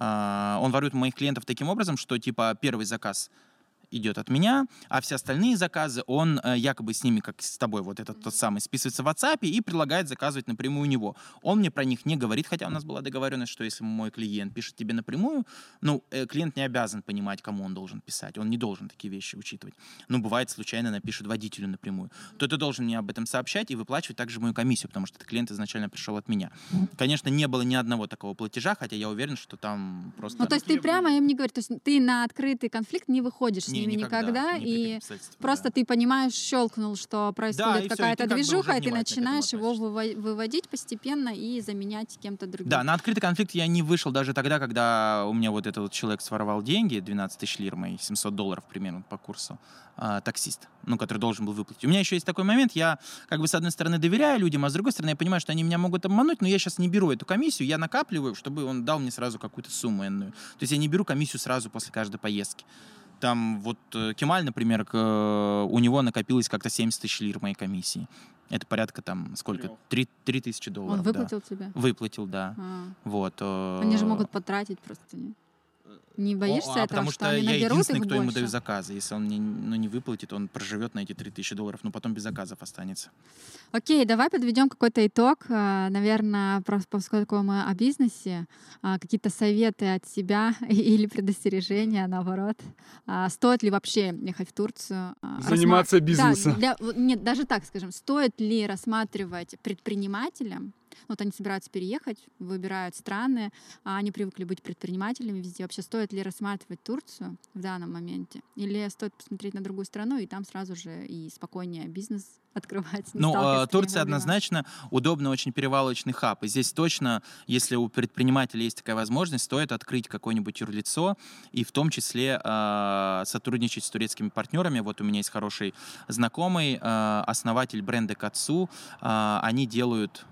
Он ворует моих клиентов таким образом, что, типа, первый заказ идет от меня, а все остальные заказы он якобы с ними, как с тобой, вот этот тот самый, списывается в WhatsApp и предлагает заказывать напрямую у него. Он мне про них не говорит, хотя у нас была договоренность, что если мой клиент пишет тебе напрямую, ну, клиент не обязан понимать, кому он должен писать, он не должен такие вещи учитывать. Ну, бывает, случайно напишет водителю напрямую. То ты должен мне об этом сообщать и выплачивать также мою комиссию, потому что этот клиент изначально пришел от меня. Конечно, не было ни одного такого платежа, хотя я уверен, что там просто... Ну, то есть ты прямо им не говоришь, то есть ты на открытый конфликт не выходишь с ними никогда и просто ты понимаешь, щелкнул, что происходит какая-то движуха, и ты начинаешь его выводить постепенно и заменять кем-то другим. Да, на открытый конфликт я не вышел даже тогда, когда у меня вот этот вот человек своровал деньги, 12 тысяч лир, мои $700 примерно по курсу, таксист, ну, который должен был выплатить. У меня еще есть такой момент, я как бы с одной стороны доверяю людям, а с другой стороны я понимаю, что они меня могут обмануть, но я сейчас не беру эту комиссию, я накапливаю, чтобы он дал мне сразу какую-то сумму энную. То есть я не беру комиссию сразу после каждой поездки. Там вот Кемаль, например, у него накопилось как-то 70 тысяч лир моей комиссии. Это порядка там сколько? 3 тысячи долларов. Он выплатил тебе? Выплатил, да. Вот. Они же могут потратить просто. Не боишься этого, потому что они наберут их я единственный, больше? кто ему дает заказы. Если он мне не выплатит, он проживет на эти 3 тысячи долларов, но потом без заказов останется. Окей, давай подведем какой-то итог. Наверное, поскольку мы о бизнесе, какие-то советы от себя или предостережения, наоборот. Стоит ли вообще ехать в Турцию? Заниматься бизнесом. Да, нет, даже так скажем. Стоит ли рассматривать предпринимателям? Вот они собираются переехать, выбирают страны, а они привыкли быть предпринимателями везде. Вообще, стоит ли рассматривать Турцию в данном моменте? Или стоит посмотреть на другую страну и там сразу же и спокойнее бизнес открывать? Ну, Турция однозначно удобный очень перевалочный хаб. И здесь точно, если у предпринимателя есть такая возможность, стоит открыть какое-нибудь юрлицо и в том числе сотрудничать с турецкими партнерами. Вот у меня есть хороший знакомый, основатель бренда Кацу. Они делают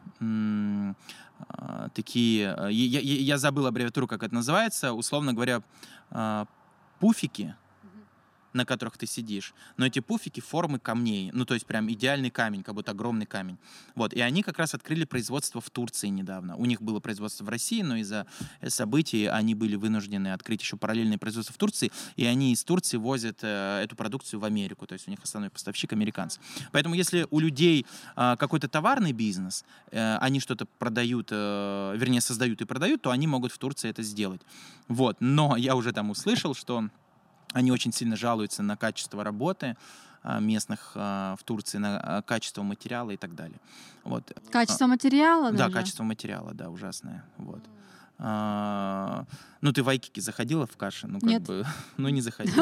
такие... Я забыл аббревиатуру, как это называется. Условно говоря, пуфики. на которых ты сидишь, но эти пуфики формы камней, ну, то есть прям идеальный камень, как будто огромный камень. Вот, и они как раз открыли производство в Турции недавно. У них было производство в России, но из-за событий они были вынуждены открыть еще параллельное производство в Турции, и они из Турции возят эту продукцию в Америку, то есть у них основной поставщик американцы. Поэтому если у людей какой-то товарный бизнес, они что-то продают, вернее, создают и продают, то они могут в Турции это сделать. Вот, но я уже там услышал, что они очень сильно жалуются на качество работы местных в Турции, на качество материала и так далее. Вот. Качество материала Да, даже? качество материала, да, ужасное. Вот. Ну, ты в Вайкики заходила в каши? Ну, как Нет. бы, ну, не заходила.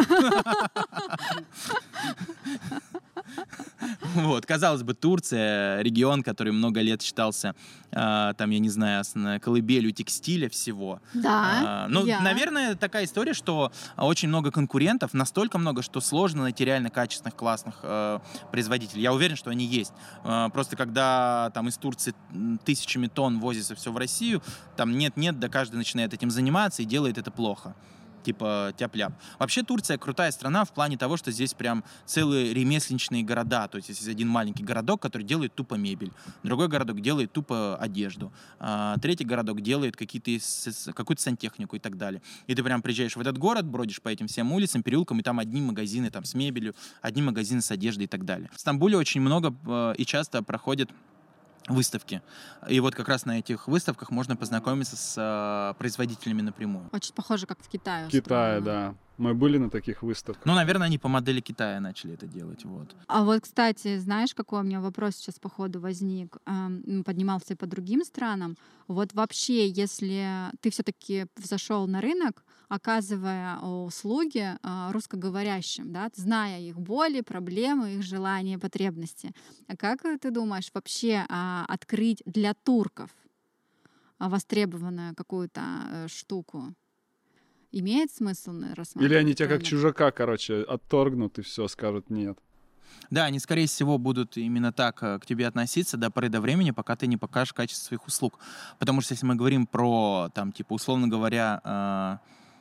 Вот, казалось бы, Турция, регион, который много лет считался, там, я не знаю, колыбелью текстиля всего. Да. Ну, наверное, такая история, что очень много конкурентов, настолько много, что сложно найти реально качественных, классных производителей. Я уверен, что они есть. Просто когда там из Турции тысячами тонн возится все в Россию, там нет-нет, да каждый начинает этим заниматься и делает это плохо. Типа тяп-ляп. Вообще Турция крутая страна в плане того, что здесь прям целые ремесленничные города. То есть есть один маленький городок, который делает тупо мебель. Другой городок делает тупо одежду. Третий городок делает какую-то сантехнику и так далее. И ты прям приезжаешь в этот город, бродишь по этим всем улицам, переулкам, и там одни магазины там, с мебелью, одни магазины с одеждой и так далее. В Стамбуле очень много и часто проходит выставки. И вот как раз на этих выставках можно познакомиться с производителями напрямую. Очень похоже, как в Китае. В Китае, да. Мы были на таких выставках. Ну, наверное, они по модели Китая начали это делать. Вот. А вот, кстати, знаешь, какой у меня вопрос сейчас по ходу возник? Поднимался и по другим странам. Вот вообще, если ты все-таки взошел на рынок, оказывая услуги русскоговорящим, да, зная их боли, проблемы, их желания, потребности. А как ты думаешь, вообще открыть для турков востребованную какую-то штуку? Имеет смысл рассматривать? Или они тебя как рынок? чужака, короче, отторгнут и все, скажут нет. Да, они, скорее всего, будут именно так к тебе относиться до поры до времени, пока ты не покажешь качество своих услуг. Потому что если мы говорим про, там, типа, условно говоря,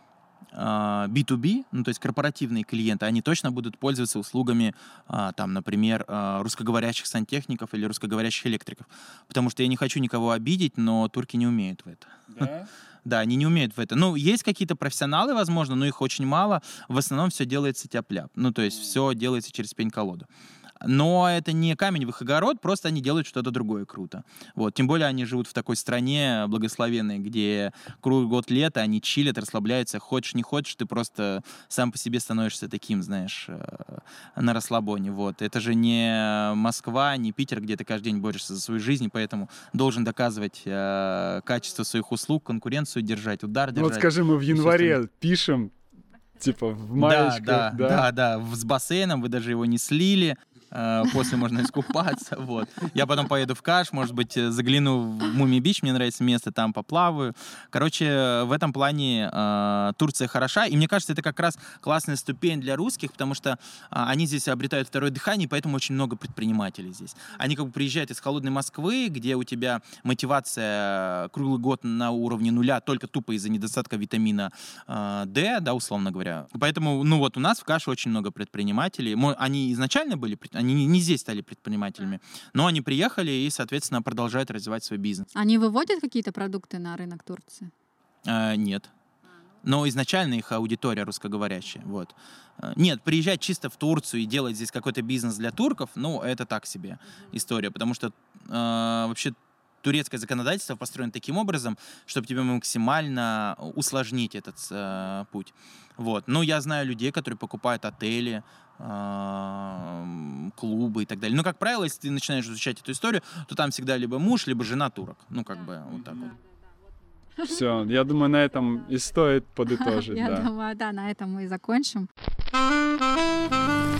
B2B, ну, то есть корпоративные клиенты, они точно будут пользоваться услугами, там, например, русскоговорящих сантехников или русскоговорящих электриков. Потому что я не хочу никого обидеть, но турки не умеют в это. Да? Да, они не умеют в это. Ну, есть какие-то профессионалы, возможно, но их очень мало. В основном все делается тяп-ляп. Ну, то есть все делается через пень-колоду. Но это не камень в их огород, просто они делают что-то другое круто. Вот. Тем более они живут в такой стране благословенной, где круглый год лета, они чилят, расслабляются. Хочешь, не хочешь, ты просто сам по себе становишься таким, знаешь, на расслабоне. Вот. Это же не Москва, не Питер, где ты каждый день борешься за свою жизнь, и поэтому должен доказывать качество своих услуг, конкуренцию держать, удар держать. Ну, вот скажи, мы в январе пишем, типа, в маечках, да, с бассейном, вы даже его не слили. После можно искупаться, вот. Я потом поеду в Каш, может быть, загляну в Мумий-Бич, мне нравится место, там поплаваю. Короче, в этом плане Турция хороша, и мне кажется, это как раз классная ступень для русских, потому что они здесь обретают второе дыхание, поэтому очень много предпринимателей здесь. Они как бы приезжают из холодной Москвы, где у тебя мотивация круглый год на уровне нуля, только тупо из-за недостатка витамина D, да, условно говоря. Поэтому, ну вот, у нас в Каше очень много предпринимателей. Они изначально были они не здесь стали предпринимателями, но они приехали и, соответственно, продолжают развивать свой бизнес. Они выводят какие-то продукты на рынок Турции? Нет. Но изначально их аудитория русскоговорящая. Вот. Нет, приезжать чисто в Турцию и делать здесь какой-то бизнес для турков, ну, это так себе история, потому что вообще турецкое законодательство построено таким образом, чтобы тебе максимально усложнить этот путь. Вот. Ну, я знаю людей, которые покупают отели, клубы и так далее. Но, как правило, если ты начинаешь изучать эту историю, то там всегда либо муж, либо жена турок. Ну, как бы вот так вот. Все, я думаю, на этом и стоит подытожить. Я да. думаю, да, на этом мы и закончим.